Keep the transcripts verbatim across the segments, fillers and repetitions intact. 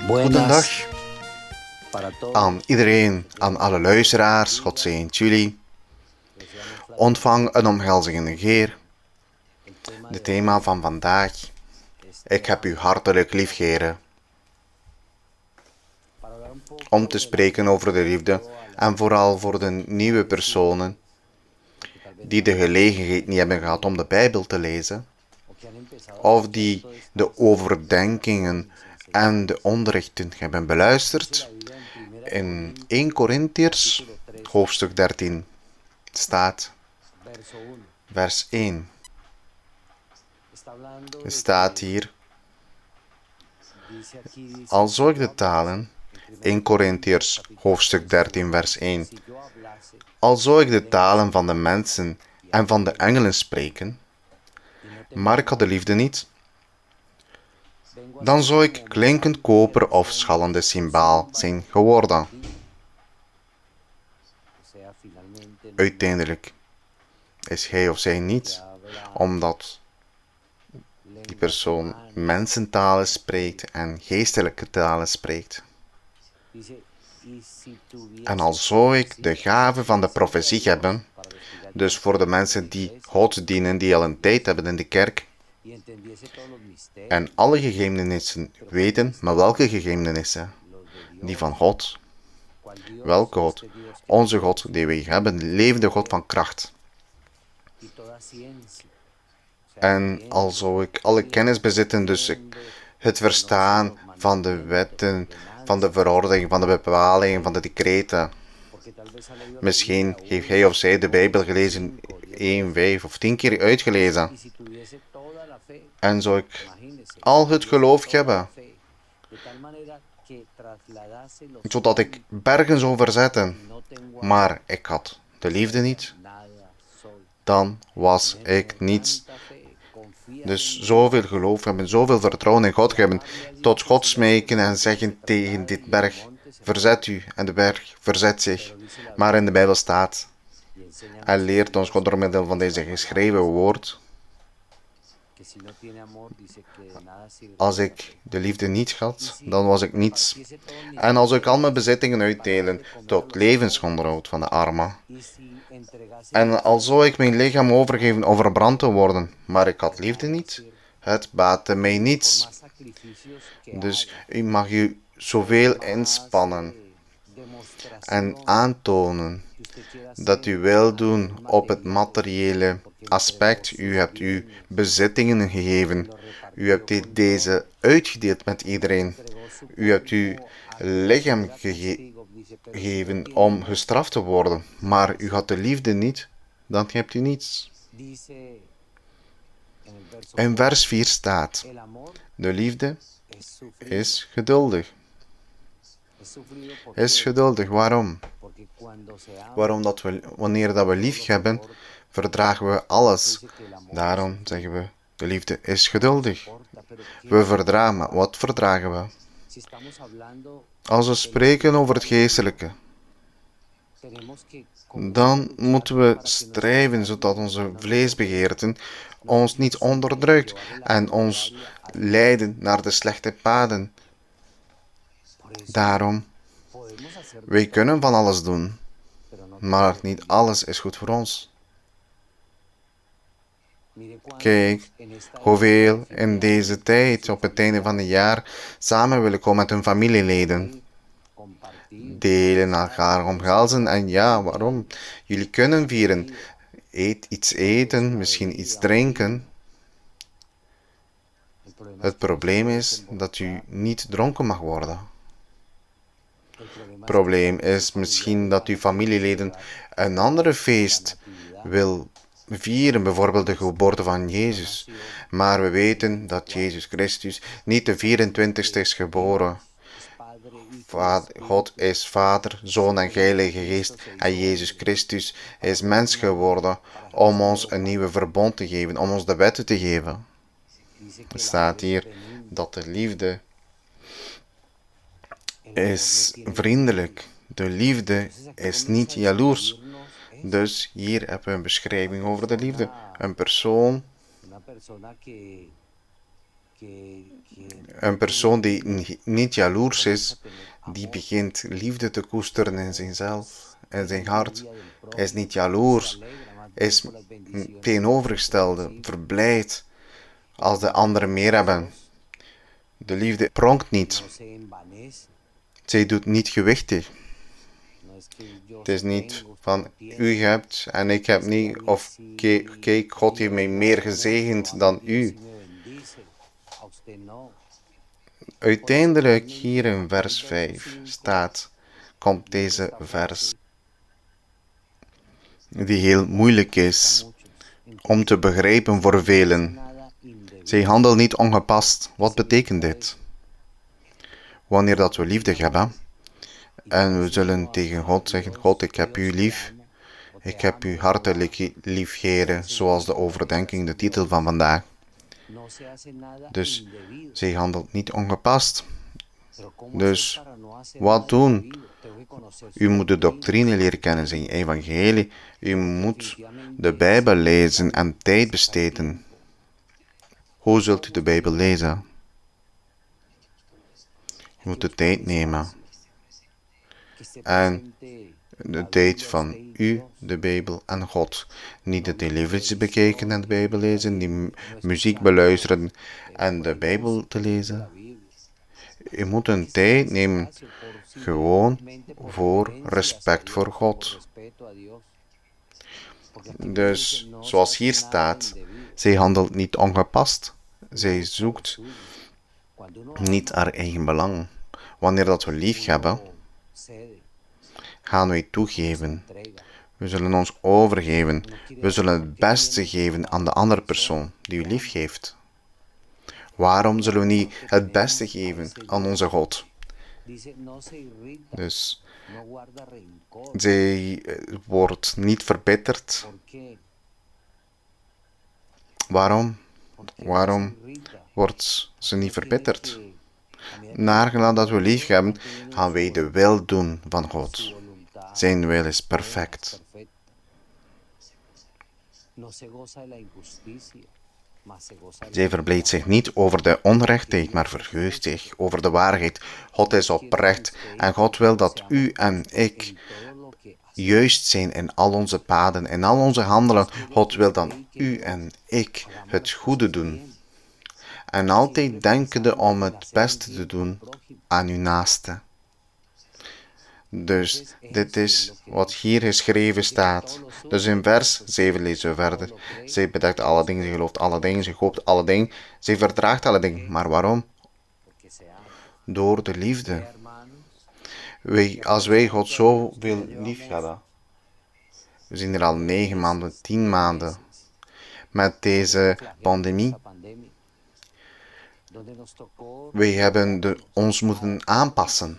Goedendag aan iedereen, aan alle luisteraars. God zegent jullie. Ontvang een omhelzing Heer. Het thema van vandaag. Ik heb u hartelijk lief, Heere. Om te spreken over de liefde en vooral voor de nieuwe personen die de gelegenheid niet hebben gehad om de Bijbel te lezen, of die de overdenkingen en de onderrichten hebben beluisterd. In Eerste Korintiërs, hoofdstuk dertien, staat vers één. Er staat hier, al zou ik de talen, Eerste Korintiërs, hoofdstuk dertien, vers één, al zou ik de talen van de mensen en van de engelen spreken, maar ik had de liefde niet, dan zou ik klinkend koper of schallende cymbaal zijn geworden. Uiteindelijk is hij of zij niet, omdat die persoon mensentalen spreekt en geestelijke talen spreekt. En al zou ik de gave van de profetie hebben, dus voor de mensen die God dienen, die al een tijd hebben in de kerk, en alle geheimenissen weten, maar welke geheimenissen? Die van God. Welke God? Onze God, die wij hebben, de levende God van kracht. En al zou ik alle kennis bezitten, dus ik, het verstaan van de wetten, van de verordeningen, van de bepalingen, van de decreten. Misschien heeft hij of zij de Bijbel gelezen, één, vijf of tien keer uitgelezen. En zou ik al het geloof hebben, zodat ik bergen zou verzetten, maar ik had de liefde niet, dan was ik niets. Dus zoveel geloof hebben, zoveel vertrouwen in God hebben, tot God smeken en zeggen tegen dit berg, verzet u, en de berg verzet zich. Maar in de Bijbel staat, en leert ons God door middel van deze geschreven woord, als ik de liefde niet had, dan was ik niets. En als ik al mijn bezittingen uitdelen tot levensonderhoud van de armen, en al zou ik mijn lichaam overgeven om verbrand te worden, maar ik had liefde niet, het baatte mij niets. Dus u mag u zoveel inspannen en aantonen dat u wil doen op het materiële aspect. U hebt uw bezittingen gegeven. U hebt deze uitgedeeld met iedereen. U hebt uw lichaam gege gegeven om gestraft te worden. Maar u had de liefde niet, dan hebt u niets. In vers vier staat, de liefde is geduldig. Is geduldig. Waarom? Waarom dat we, wanneer dat we lief hebben, verdragen we alles. Daarom zeggen we, de liefde is geduldig. We verdragen, maar wat verdragen we? Als we spreken over het geestelijke, dan moeten we strijven zodat onze vleesbegeerten ons niet onderdrukt en ons leiden naar de slechte paden. Daarom, wij kunnen van alles doen, maar niet alles is goed voor ons. Kijk, hoeveel in deze tijd, op het einde van het jaar, samen willen komen met hun familieleden. Delen, elkaar omhelzen en ja, waarom? Jullie kunnen vieren. Eet iets eten, misschien iets drinken. Het probleem is dat u niet dronken mag worden. Het probleem is misschien dat uw familieleden een andere feest wil vieren, bijvoorbeeld de geboorte van Jezus. Maar we weten dat Jezus Christus niet de vierentwintigste is geboren. God is Vader, Zoon en Heilige Geest en Jezus Christus is mens geworden om ons een nieuwe verbond te geven, om ons de wetten te geven. Er staat hier dat de liefde is vriendelijk. De liefde is niet jaloers. Dus hier hebben we een beschrijving over de liefde. Een persoon Een persoon die niet jaloers is, die begint liefde te koesteren in zichzelf, in zijn hart. Hij is niet jaloers, hij is tegenovergestelde, verblijd als de anderen meer hebben. De liefde pronkt niet. Zij doet niet gewichtig. Het is niet van u hebt en ik heb niet, of kijk, God heeft mij meer gezegend dan u. Uiteindelijk hier in vers vijf staat, komt deze vers die heel moeilijk is om te begrijpen voor velen. Zij handelt niet ongepast. Wat betekent dit? Wanneer dat we liefde hebben en we zullen tegen God zeggen, God, ik heb u lief. Ik heb u hartelijk lief, Heere, zoals de overdenking, de titel van vandaag. Dus zij handelt niet ongepast. Dus wat doen? U moet de doctrine leren kennen, zijn evangelie. U moet de Bijbel lezen en tijd besteden. Hoe zult u de Bijbel lezen? U moet de tijd nemen. En de tijd van u, de Bijbel en God. Niet de televisie bekijken en de Bijbel lezen, niet muziek beluisteren en de Bijbel te lezen. U moet een tijd nemen, gewoon voor respect voor God. Dus, zoals hier staat, zij handelt niet ongepast. Zij zoekt niet haar eigen belang. Wanneer dat we lief hebben, gaan wij toegeven. We zullen ons overgeven. We zullen het beste geven aan de andere persoon die u lief heeft. Waarom zullen we niet het beste geven aan onze God? Dus zij wordt niet verbitterd. Waarom? Waarom wordt ze niet verbitterd? Naargelang dat we lief hebben, gaan wij de wil doen van God. Zijn wil is perfect. Zij verblijdt zich niet over de onrechtheid, maar verheugt zich over de waarheid. God is oprecht en God wil dat u en ik juist zijn in al onze paden, in al onze handelen. God wil dat u en ik het goede doen. En altijd denkende om het beste te doen aan uw naaste. Dus dit is wat hier geschreven staat. Dus in vers zeven lezen we verder. Zij bedekt alle dingen, zij gelooft alle dingen, zij hoopt alle dingen, zij verdraagt alle dingen. Maar waarom? Door de liefde. Wij, als wij God zoveel lief hebben. We zijn er al negen maanden, tien maanden met deze pandemie. Wij hebben de, ons moeten aanpassen.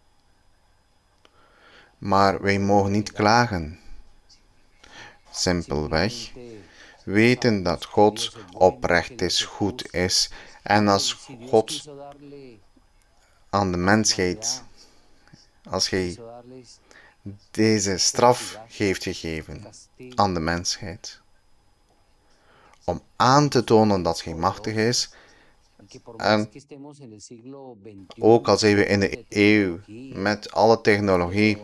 Maar wij mogen niet klagen. Simpelweg weten dat God oprecht is, goed is. En als God aan de mensheid, als hij deze straf heeft gegeven aan de mensheid, om aan te tonen dat hij machtig is, en ook al zijn we in de eeuw met alle technologie,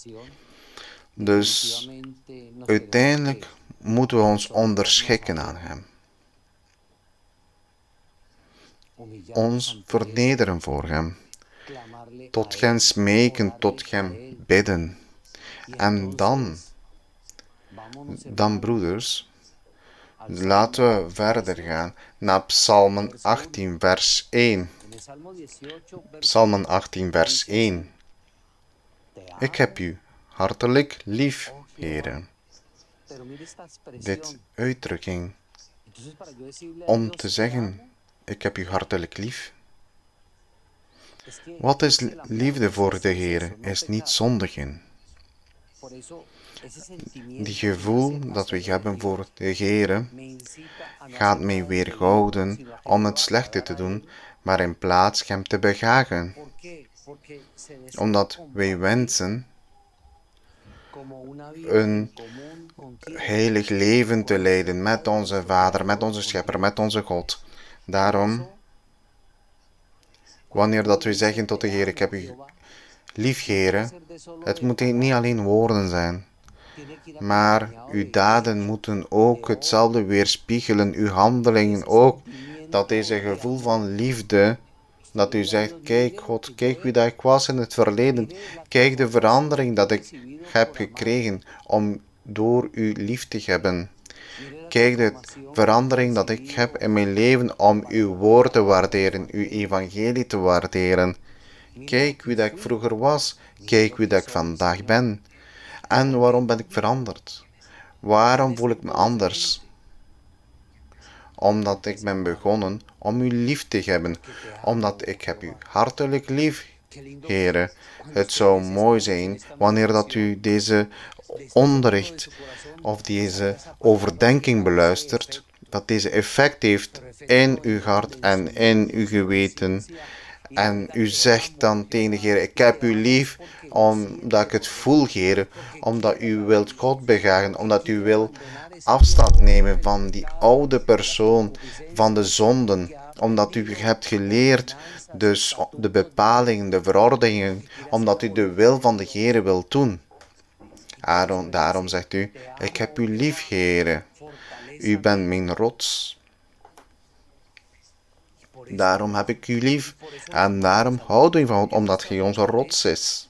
dus uiteindelijk moeten we ons onderschikken aan hem. Ons vernederen voor hem. Tot hem smeken, tot hem bidden. En dan, dan broeders, laten we verder gaan naar Psalmen achttien, vers één. Psalmen achttien, vers één. Ik heb u hartelijk lief, Heere. Dit uitdrukking om te zeggen, ik heb u hartelijk lief. Wat is liefde voor de Heere? Is niet zondigen. Die gevoel dat we hebben voor de Heere gaat mij weerhouden om het slechte te doen, maar in plaats hem te behagen. Omdat wij wensen een heilig leven te leiden met onze Vader, met onze Schepper, met onze God. Daarom Wanneer dat we zeggen tot de Heer, ik heb u lief, Heer, het moeten niet alleen woorden zijn, maar uw daden moeten ook hetzelfde weerspiegelen, uw handelingen ook, dat deze gevoel van liefde, dat u zegt, kijk God, kijk wie dat ik was in het verleden, kijk de verandering dat ik heb gekregen om door u lief te hebben. Kijk de verandering dat ik heb in mijn leven om uw woord te waarderen, uw evangelie te waarderen. Kijk wie dat ik vroeger was, kijk wie dat ik vandaag ben. En waarom ben ik veranderd? Waarom voel ik me anders? Omdat ik ben begonnen om u lief te hebben, omdat ik heb u hartelijk lief, Heere. Het zou mooi zijn wanneer dat u deze onderricht of deze overdenking beluistert, dat deze effect heeft in uw hart en in uw geweten. En u zegt dan tegen de Heer, ik heb u lief, omdat ik het voel, Heer, omdat u wilt God begaan, omdat u wilt afstand nemen van die oude persoon, van de zonden, omdat u hebt geleerd, dus de bepalingen, de verordeningen, omdat u de wil van de Heer wilt doen. Daarom, daarom zegt u, ik heb u lief, Heer, u bent mijn rots. Daarom heb ik u lief en daarom houden we van God, omdat hij onze rots is.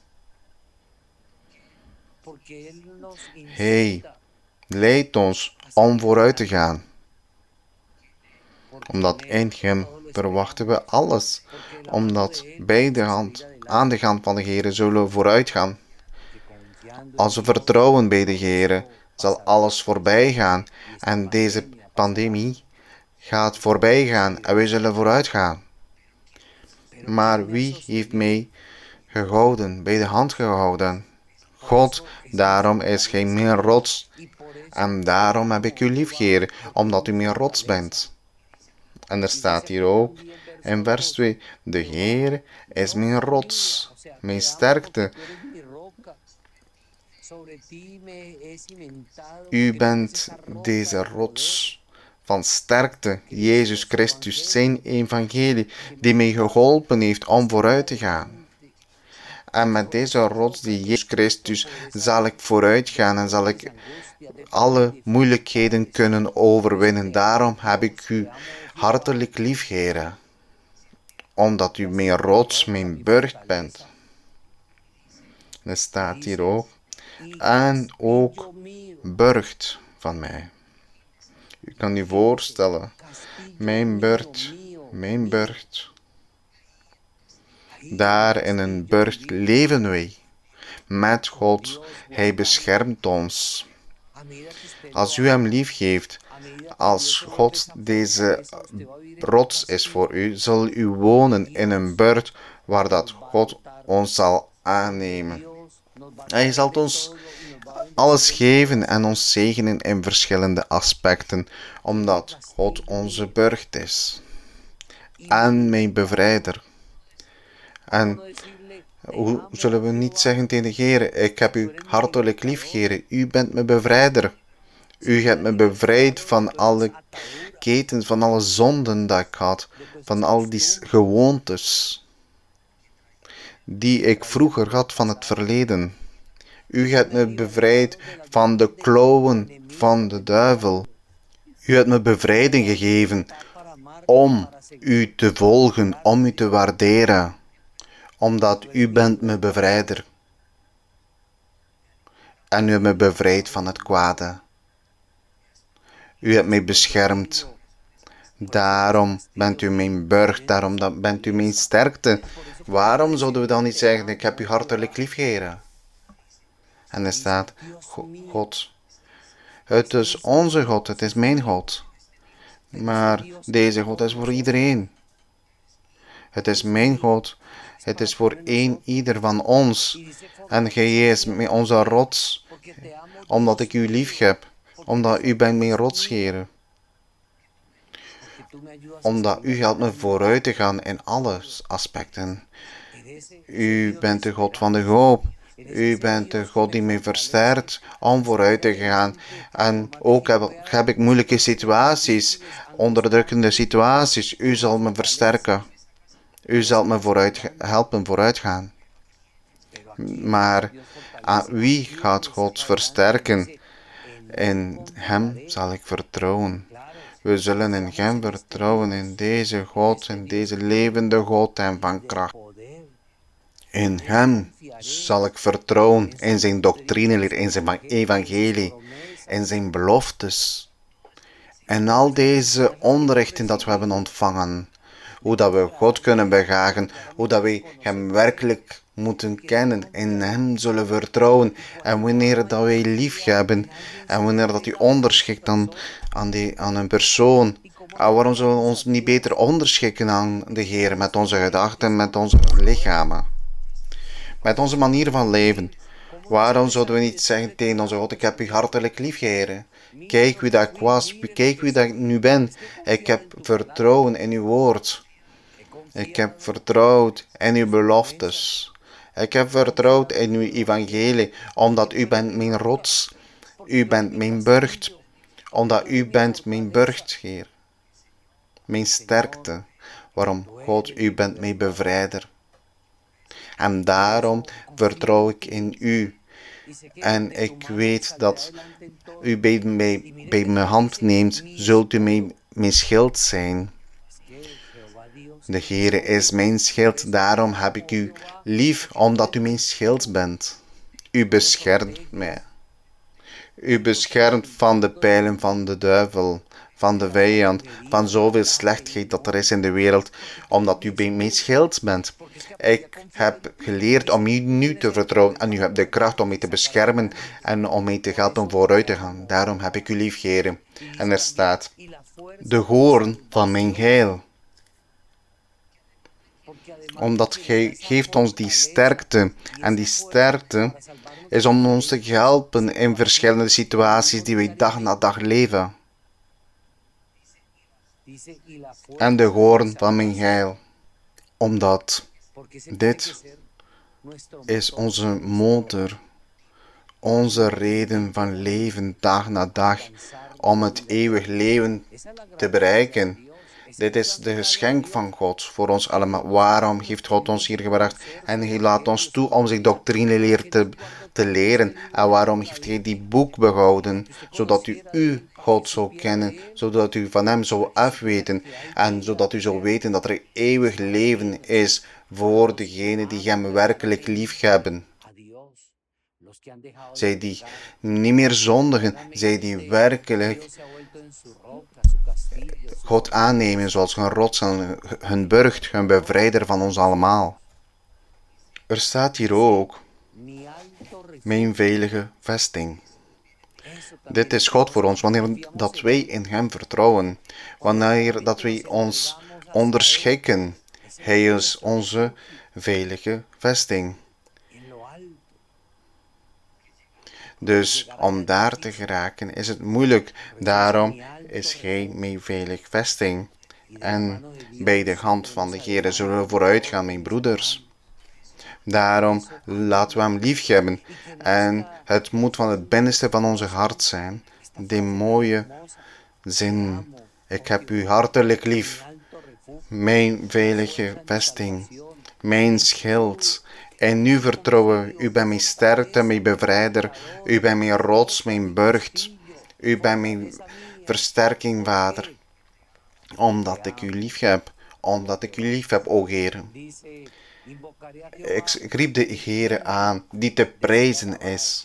Hij leidt ons om vooruit te gaan. Omdat in hem verwachten we alles. Omdat bij de hand, aan de hand van de Heer zullen we vooruit gaan. Als we vertrouwen bij de Heer, zal alles voorbij gaan. En deze pandemie gaat voorbij gaan en wij zullen vooruit gaan. Maar wie heeft mij gehouden, bij de hand gehouden? God, daarom is gij mijn rots. En daarom heb ik u lief, Heer, omdat u mijn rots bent. En er staat hier ook in vers twee, de Heer is mijn rots, mijn sterkte. U bent deze rots van sterkte, Jezus Christus, zijn evangelie, die mij geholpen heeft om vooruit te gaan. En met deze rots, die Jezus Christus, zal ik vooruit gaan en zal ik alle moeilijkheden kunnen overwinnen. Daarom heb ik u hartelijk lief, Heere, omdat u mijn rots, mijn burcht bent. En er staat hier ook, en ook burcht van mij. U kan u voorstellen, mijn burcht, mijn burcht. Daar in een burcht leven wij met God. Hij beschermt ons. Als u hem lief geeft, als God deze rots is voor u, zal u wonen in een burcht waar dat God ons zal aannemen. Hij zal ons alles geven en ons zegenen in verschillende aspecten, omdat God onze burcht is. En mijn bevrijder. En hoe zullen we niet zeggen tegen de Heer, ik heb u hartelijk lief, Heer, u bent mijn bevrijder. U hebt me bevrijd van alle ketens, van alle zonden dat ik had, van al die gewoontes die ik vroeger had van het verleden. U hebt me bevrijd van de klauwen van de duivel. U hebt me bevrijding gegeven om u te volgen, om u te waarderen, omdat u bent mijn bevrijder. En u hebt me bevrijd van het kwade. U hebt mij beschermd. Daarom bent u mijn burcht, daarom bent u mijn sterkte. Waarom zouden we dan niet zeggen, ik heb u hartelijk lief, Heer? En er staat, God, het is onze God, het is mijn God. Maar deze God is voor iedereen. Het is mijn God, het is voor één ieder van ons. En gij is onze rots, omdat ik u lief heb, omdat u bent mijn rots, Heer. Omdat u helpt me vooruit te gaan in alle aspecten. U bent de God van de hoop. U bent de God die mij versterkt om vooruit te gaan. En ook heb, heb ik moeilijke situaties, onderdrukkende situaties. U zal me versterken. U zult me vooruit helpen vooruitgaan. Maar aan wie gaat God versterken? In Hem zal ik vertrouwen. We zullen in Hem vertrouwen, in deze God, in deze levende God en van kracht. In Hem zal ik vertrouwen, in zijn doctrineleer, in zijn evangelie, in zijn beloftes. En al deze onderrichten dat we hebben ontvangen, hoe dat we God kunnen behagen, hoe dat wij Hem werkelijk moeten kennen, in Hem zullen vertrouwen. En wanneer dat wij lief hebben, en wanneer dat U onderschikt aan, aan, die, aan een persoon, en waarom zullen we ons niet beter onderschikken aan de Heer, met onze gedachten, met onze lichamen, met onze manier van leven? Waarom zouden we niet zeggen tegen onze God, ik heb U hartelijk lief, Heer. Kijk wie dat ik was, kijk wie dat ik nu ben. Ik heb vertrouwen in Uw woord. Ik heb vertrouwd in Uw beloftes. Ik heb vertrouwd in Uw evangelie, omdat U bent mijn rots. U bent mijn burcht, omdat U bent mijn burcht, Heer. Mijn sterkte. Waarom? God, U bent mijn bevrijder. En daarom vertrouw ik in U. En ik weet dat U bij mij, bij mijn hand neemt, zult U mijn, mijn schild zijn. De Heere is mijn schild, daarom heb ik U lief, omdat U mijn schild bent. U beschermt mij. U beschermt van de pijlen van de duivel, van de vijand, van zoveel slechtheid dat er is in de wereld, omdat U bij mijn schild bent. Ik heb geleerd om U nu te vertrouwen en U hebt de kracht om mij te beschermen en om mij te helpen vooruit te gaan. Daarom heb ik U lief, Heere. En er staat, de hoorn van mijn heil. Omdat Gij geeft ons die sterkte. En die sterkte is om ons te helpen in verschillende situaties die wij dag na dag leven. En de hoorn van mijn heil. Omdat dit is onze motor, onze reden van leven dag na dag, om het eeuwig leven te bereiken. Dit is de geschenk van God voor ons allemaal. Waarom heeft God ons hier gebracht? En Hij laat ons toe om zich doctrineleer te, te leren. En waarom heeft Hij die boek behouden? Zodat u u God zou kennen, zodat u van Hem zou afweten. En zodat u zou weten dat er eeuwig leven is voor degenen die Hem werkelijk lief hebben. Zij die niet meer zondigen, zij die werkelijk God aannemen zoals hun rots en hun burcht, hun bevrijder van ons allemaal. Er staat hier ook, mijn veilige vesting. Dit is God voor ons, wanneer dat wij in Hem vertrouwen, wanneer dat wij ons onderschikken. Hij is onze veilige vesting. Dus om daar te geraken is het moeilijk. Daarom is Hij mijn veilig vesting. En bij de hand van de Heer zullen we vooruit gaan, mijn broeders. Daarom laten we Hem lief hebben. En het moet van het binnenste van onze hart zijn. Die mooie zin. Ik heb U hartelijk lief. Mijn veilige vesting. Mijn schild. En nu vertrouwen, U bent mijn sterkte, mijn bevrijder. U bent mijn rots, mijn burcht. U bent mijn versterking, Vader. Omdat ik U lief heb. Omdat ik U lief heb, o Heer. Ik, ik riep de Heer aan, die te prijzen is.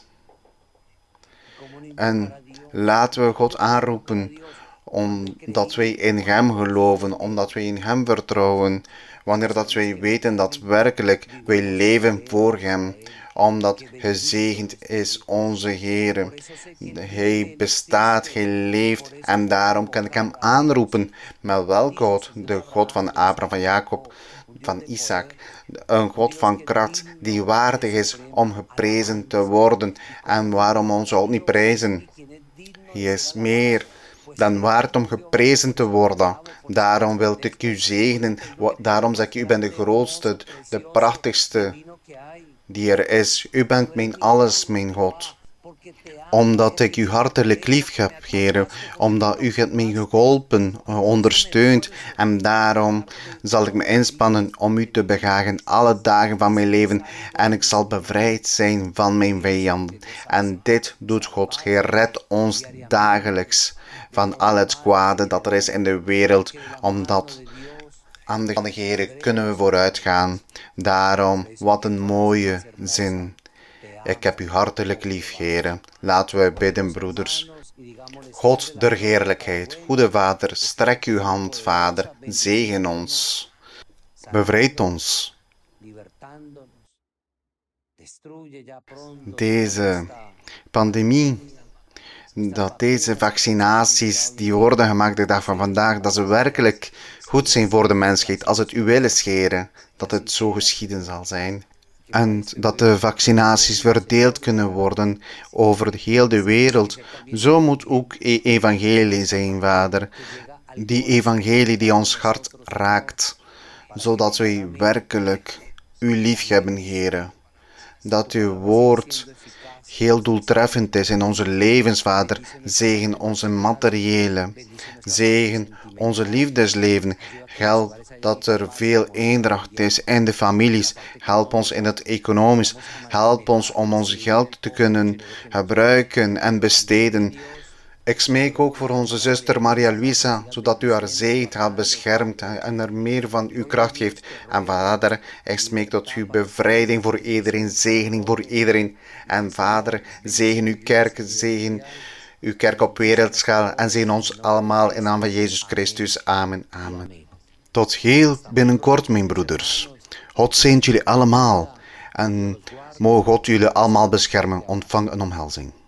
En laten we God aanroepen, omdat wij in Hem geloven, omdat wij in Hem vertrouwen. Wanneer dat wij weten dat werkelijk wij leven voor Hem, omdat gezegend is onze Heer. Hij bestaat, Hij leeft en daarom kan ik Hem aanroepen. Met welke God? De God van Abraham, van Jacob, van Isaac. Een God van kracht die waardig is om geprezen te worden. En waarom ons ook niet prijzen? Hij is meer dan waard om geprezen te worden. Daarom wil ik U zegenen. Daarom zeg ik, U bent de grootste, de prachtigste die er is. U bent mijn alles, mijn God. Omdat ik u hartelijk lief heb, Heer, omdat u hebt mij geholpen, ondersteund. En daarom zal ik me inspannen om u te behagen alle dagen van mijn leven. En ik zal bevrijd zijn van mijn vijanden. En dit doet God. Hij redt ons dagelijks van al het kwade dat er is in de wereld. Omdat aan de Heer kunnen we vooruit gaan. Daarom, wat een mooie zin. Ik heb u hartelijk lief, Heere. Laten we bidden, broeders. God der heerlijkheid, goede Vader, strek uw hand, Vader, zegen ons. Bevrijd ons. Deze pandemie, dat deze vaccinaties die worden gemaakt de dag van vandaag, dat ze werkelijk goed zijn voor de mensheid. Als het uw wil is, Heere, dat het zo geschieden zal zijn. En dat de vaccinaties verdeeld kunnen worden over heel de wereld. Zo moet ook e evangelie zijn, Vader. Die evangelie die ons hart raakt. Zodat wij werkelijk u lief hebben, Heere. Dat uw woord heel doeltreffend is in onze levens, Vader. Zegen onze materiële. Zegen onze liefdesleven. Help dat er veel eendracht is in de families. Help ons in het economisch. Help ons om ons geld te kunnen gebruiken en besteden. Ik smeek ook voor onze zuster Maria Luisa, zodat u haar zegent, haar beschermt en er meer van uw kracht geeft. En Vader, ik smeek tot uw bevrijding voor iedereen, zegening voor iedereen. En Vader, zegen uw kerk, zegen uw kerk op wereldschaal en zegen ons allemaal in naam van Jezus Christus. Amen, amen. Tot heel binnenkort, mijn broeders. God zegent jullie allemaal en mogen God jullie allemaal beschermen. Ontvang een omhelzing.